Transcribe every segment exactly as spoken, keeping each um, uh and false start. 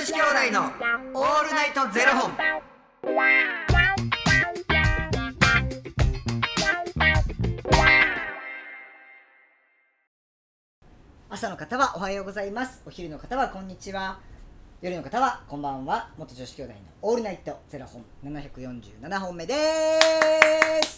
子兄弟のオールナイトゼロ本。 朝の方はおはようございます。お昼の方はこんにちは。夜の方はこんばんは。元女子兄弟のオールナイトゼロ本ななひゃくよんじゅうななほんめです。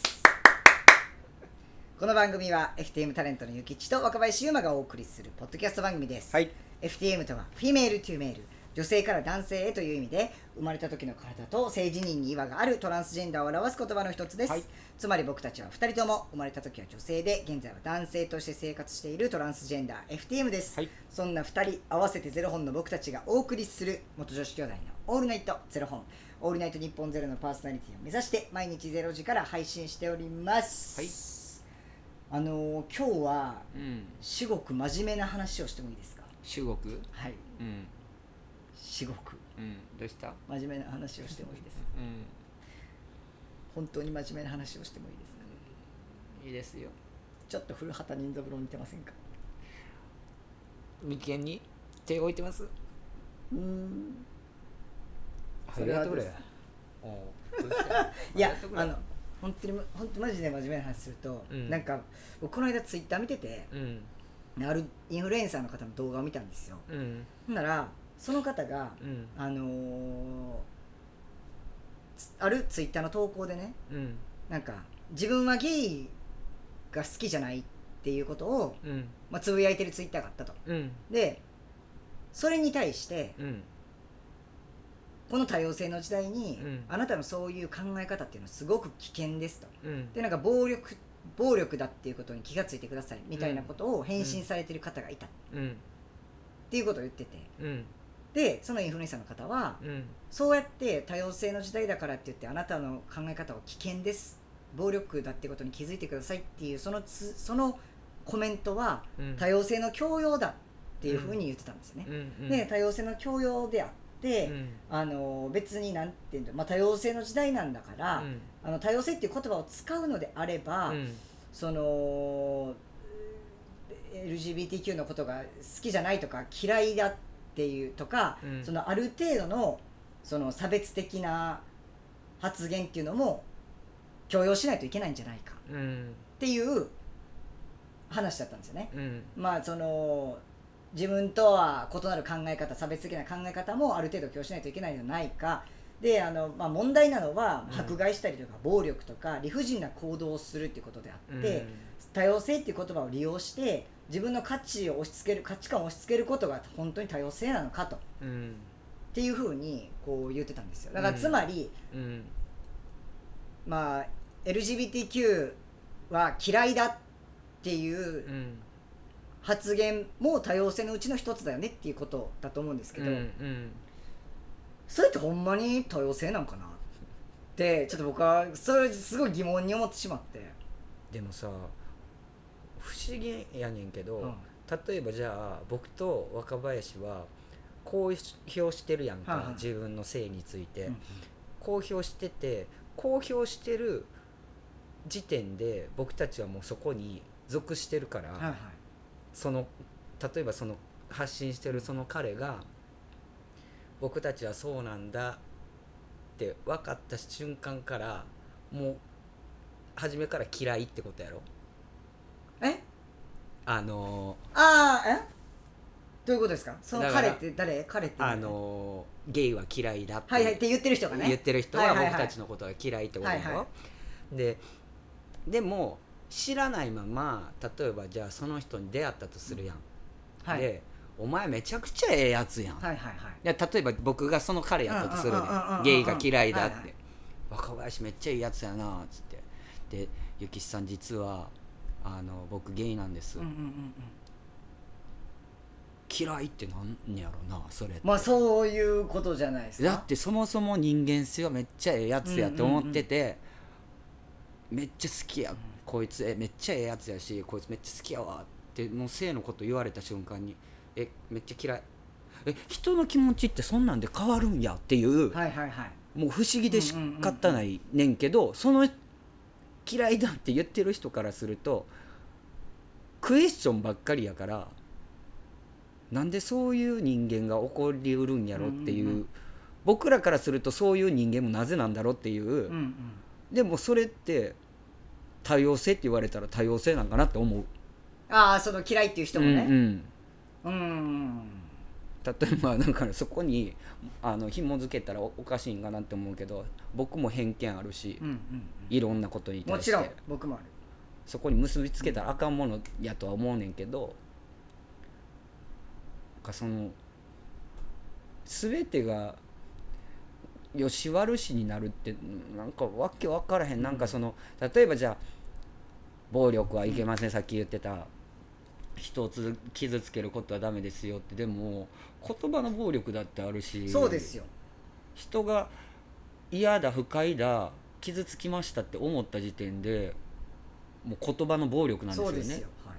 この番組は エフティーエム タレントのゆきちと若林優馬がお送りするポッドキャスト番組です、 はい、 エフティーエム とはフィメールトゥーメール、女性から男性へという意味で、生まれた時の体と性自認に違和があるトランスジェンダーを表す言葉の一つです、はい、つまり僕たちはふたりとも生まれた時は女性で現在は男性として生活しているトランスジェンダー エフティーエム です、はい、そんなふたり合わせてゼロ本の僕たちがお送りする元女子兄弟のオールナイトゼロ本、オールナイト日本ゼロのパーソナリティを目指して毎日ゼロじから配信しております、はい、あのー、今日は、うん、至極真面目な話をしてもいいですか？ 至極？ はい、うん、至極、 うん、どうした？ 真面目な話をしてもいいですか？うん、本当に真面目な話をしてもいいですか？ うん、いいですよ。 ちょっと古畑任三郎似てませんか？ 眉間に手を置いてます？ うーん、 それはどれ？ いや、あの本当に本当マジで真面目な話すると、うん、なんか僕この間ツイッター見てて、うん、あるインフルエンサーの方の動画を見たんですよ、うん、ほんならその方が、うん、あのー、あるツイッターの投稿でね、うん、なんか自分はゲイが好きじゃないっていうことを、うんまあ、つぶやいてるツイッターがあったと、うん、でそれに対して、うんこの多様性の時代に、うん、あなたのそういう考え方っていうのはすごく危険ですと、うん、でなんか暴力暴力だっていうことに気がついてくださいみたいなことを返信されてる方がいた、うん、っていうことを言ってて、うん、でそのインフルエンサーの方は、うん、そうやって多様性の時代だからって言ってあなたの考え方は危険です暴力だっていうことに気づいてくださいっていうそのつそのコメントは、うん、多様性の強要だっていうふうに言ってたんですよね、うんうんうん、で多様性の強要であってで、うん、あの別になんていうの、まあ、多様性の時代なんだから、うん、あの多様性っていう言葉を使うのであれば、うん、その エルジービーティーキュー のことが好きじゃないとか嫌いだっていうとか、うん、そのある程度のその差別的な発言っていうのも許容しないといけないんじゃないか、うん、っていう話だったんですよね、うん、まあその自分とは異なる考え方差別的な考え方もある程度許容しないといけないんじゃないかであの、まあ、問題なのは迫害したりとか暴力とか理不尽な行動をするっていうことであって、うん、多様性っていう言葉を利用して自分の価値を押し付ける価値観を押し付けることが本当に多様性なのかと、うん、っていうふうにこう言ってたんですよ。だからつまり、うんうん、まあ エルジービーティーキュー は嫌いだっていう、うん発言も多様性のうちの一つだよねっていうことだと思うんですけど、うんうん、それってほんまに多様性なんかなってちょっと僕はそれすごい疑問に思ってしまって。 でもさ不思議やねんけど、うん、例えばじゃあ僕と若林は公表してるやんか、はいはい、自分の性について、うんうん、公表してて公表してる時点で僕たちはもうそこに属してるから、はいはいその例えばその発信してるその彼が僕たちはそうなんだって分かった瞬間からもう初めから嫌いってことやろ。 えあのー、あーえどういうことですか？その彼って誰？彼ってあのー、ゲイは嫌いだって、 はいはい、って言ってる人がね言ってる人は僕たちのことが嫌いってことやろ、はいはい、ででも知らないまま例えばじゃあその人に出会ったとするやん、はい、でお前めちゃくちゃええやつやん、はいはいはい、例えば僕がその彼やったとするねんゲイが嫌いだって、はいはい、若林めっちゃいいやつやなっつってでゆきしさん実はあの僕ゲイなんです、うんうんうんうん、嫌いってなんやろなそれって。 まあそういうことじゃないですか。 だってそもそも人間性はめっちゃええやつやと思ってて、うんうんうん、めっちゃ好きや、うんこいつえめっちゃええやつやしこいつめっちゃ好きやわってもう性のこと言われた瞬間にえめっちゃ嫌いえ人の気持ちってそんなんで変わるんやっていう、はいはいはい、もう不思議でしかったないねんけど、うんうんうんうん、その嫌いだって言ってる人からするとクエスチョンばっかりやからなんでそういう人間が起こりうるんやろっていう、うんうんうん、僕らからするとそういう人間もなぜなんだろうっていう、うんうん、でもそれって多様性って言われたら多様性なんかなって思う。 ああ、その嫌いっていう人もね、 うんうん、うん例えばなんかそこにあの紐付けたらおかしいんかなって思うけど、僕も偏見あるし、うんうんうん、いろんなことに対してもちろん僕もある。 そこに結びつけたらあかんものやとは思うねんけど、かその全てがよし悪しになるってなんかわけ分からへん、うん、なんかその例えばじゃあ暴力はいけません、うん、さっき言ってた人を傷つけることはダメですよって、でも言葉の暴力だってあるし、 そうですよ、 人が嫌だ不快だ傷つきましたって思った時点でもう言葉の暴力なんですよね。そうですよ、はい、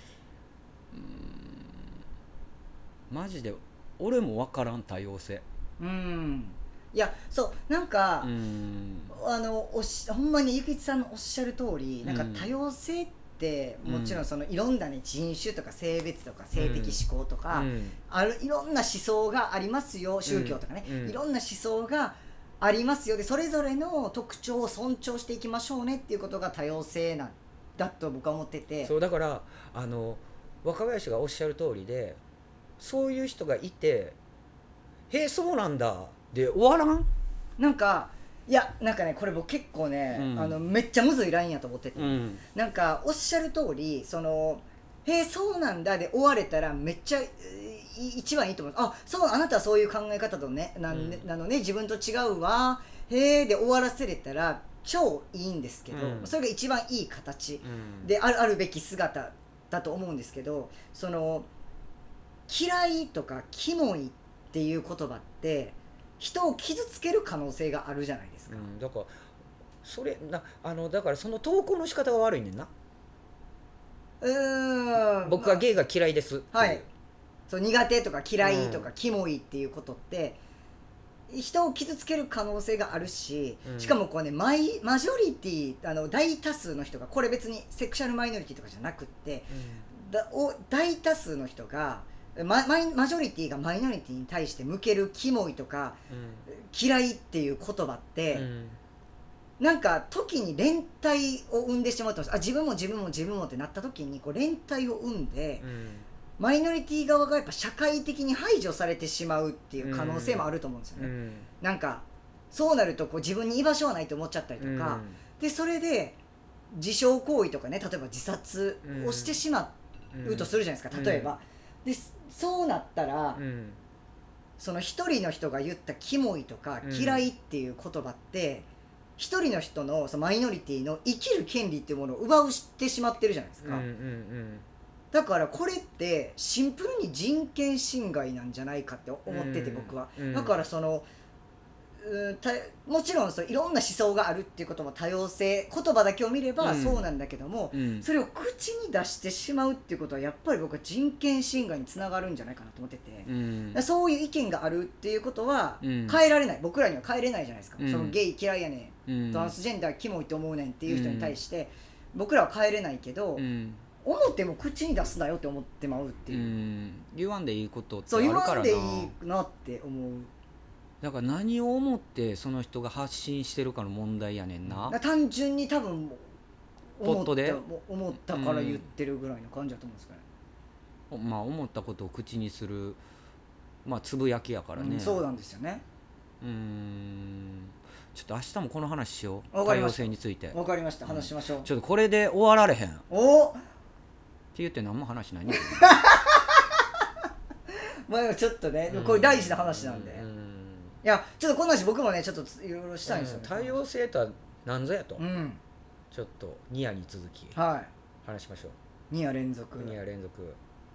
うーんマジで俺も分からん多様性。 うんいやそうなんかうんあのおしほんまにゆきちさんのおっしゃる通り、なんか多様性ってもちろんそのいろんな、ね、人種とか性別とか性的指向とか、うん、あるいろんな思想がありますよ、宗教とかね、うん、いろんな思想がありますよ、でそれぞれの特徴を尊重していきましょうねっていうことが多様性なんだと僕は思ってて、 そうだからあの若林がおっしゃる通りで、そういう人がいてへえそうなんだで終わらん。 なんかいやなんかねこれ僕結構ね、うん、あのめっちゃむずいラインやと思ってて、うん、なんかおっしゃる通りそのへえそうなんだで終われたらめっちゃ一番いいと思う。あそうあなたはそういう考え方とね な,、うん、なのね自分と違うわへえで終わらせれたら超いいんですけど、うん、それが一番いい形であ る,、あるべき姿だと思うんですけど、その嫌いとかキモいっていう言葉って人を傷つける可能性があるじゃないですか、うん、 だからそれなあのだからその投稿の仕方が悪いねんな。うーん僕はゲイが嫌いですっていう、 はい、そう苦手とか嫌いとかキモいっていうことって、うん、人を傷つける可能性があるし、うん、しかもこうねマイマジョリティあの大多数の人がこれ別にセクシャルマイノリティとかじゃなくって、うん、だお大多数の人がマ, マ, マジョリティがマイノリティに対して向けるキモいとか、うん、嫌いっていう言葉って、うん、なんか時に連帯を生んでしまうと思うんです。あ自分も自分も自分もってなった時にこう連帯を生んで、うん、マイノリティ側がやっぱ社会的に排除されてしまうっていう可能性もあると思うんですよね、うん、なんかそうなるとこう自分に居場所はないと思っちゃったりとか、うん、でそれで自傷行為とかね、例えば自殺をしてしまうとするじゃないですか、例えば、でそうなったら、うん、その一人の人が言ったキモいとか嫌いっていう言葉って、一、うん、人の人 の, そのマイノリティの生きる権利っていうものを奪うしてしまってるじゃないですか、うんうんうん、だからこれってシンプルに人権侵害なんじゃないかって思ってて、僕は、うんうん、だからそのうんたもちろんそういろんな思想があるっていうことも多様性、言葉だけを見ればそうなんだけども、うん、それを口に出してしまうっていうことはやっぱり僕は人権侵害につながるんじゃないかなと思ってて、うん、そういう意見があるっていうことは変えられない、僕らには変えれないじゃないですか、うん、そのゲイ嫌いやねん、うん、トランスジェンダーキモいと思うねんっていう人に対して僕らは変えれないけど、うん、思っても口に出すなよって思ってまうっていう、うん、 言わんでいいことってあるからな。 そう言わんでいいなって思う。 だから何を思ってその人が発信してるかの問題やねんな。 単純に多分思ったで思ったから言ってるぐらいの感じだと思うんですかね、 うん、まあ思ったことを口にするまあつぶやきやからね、うん、 そうなんですよね。 うーんちょっと明日もこの話しよう。 多様性について。 わかりました、話しましょう、 うん、ちょっとこれで終わられへん。 おって言って何も話しないねまあちょっとね、これ大事な話なんで、うんうんいやちょっとこの話僕もねちょっといろいろしたいんですよ、ね、 うん、多様性とは何ぞやと、うん、ちょっとに夜に続き話しましょう、はい、 に夜連続に夜連続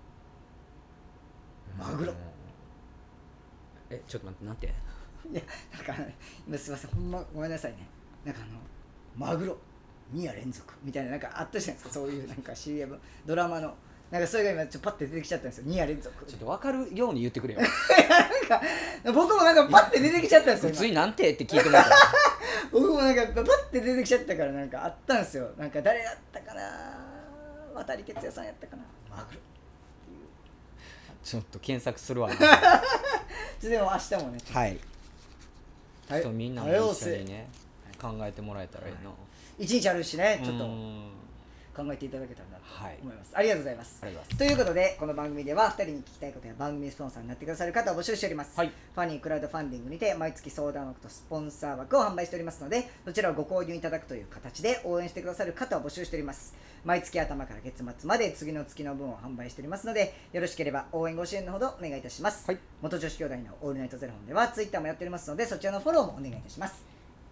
マグロ、うん、 えちょっと待ってなんていやなんか、ね、今すいませんほんまごめんなさいね、なんかあのマグロに夜連続みたいななんかあったじゃないですか、そういうなんか シーエム ドラマのなんかそれが今ちょっとパッて出てきちゃったんですよ、に夜連続。 ちょっと分かるように言ってくれよなんか僕もなんかパッて出てきちゃったんですよ。 普通になんてって聞いてもらった僕もなんかパッて出てきちゃったからなんかあったんですよ。なんか誰だったかな、渡哲也さんやったかな、マグロっていうちょっと検索するわなでも明日もねはいちょっとみんなも一緒にね考えてもらえたらいいな、 一日あるしねちょっと考えていただけたらなと思います、はい、ありがとうございます。 ありがとうございます。 ということでこの番組ではふたりに聞きたいことや番組スポンサーになってくださる方を募集しております、はい、ファニークラウドファンディングにて毎月相談枠とスポンサー枠を販売しておりますので、そちらをご購入いただくという形で応援してくださる方を募集しております。毎月頭から月末まで次の月の分を販売しておりますので、よろしければ応援ご支援のほどお願いいたします、はい、元女子兄弟のオールナイトゼロ本ではツイッターもやっておりますので、そちらのフォローもお願いいたします。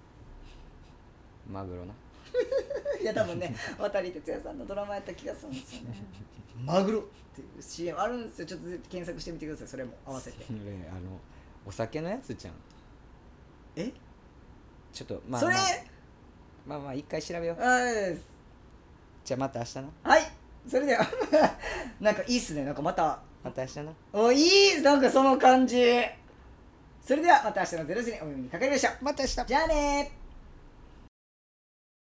マグロないや多分ね渡哲也さんのドラマやった気がするんですよねマグロっていう シーエム あるんですよ。ちょっと検索してみてください。それも合わせてね、 あのお酒のやつじゃん。 えちょっとまあそれ、 まあ、まあまあ一回調べよう。 あじゃあまた明日な。 はいそれではなんかいいっすね。なんかまたまた明日な。 おいいなんかその感じ。それではまた明日のゼロ時にお耳にかかりましょう。 また明日。 じゃあねー。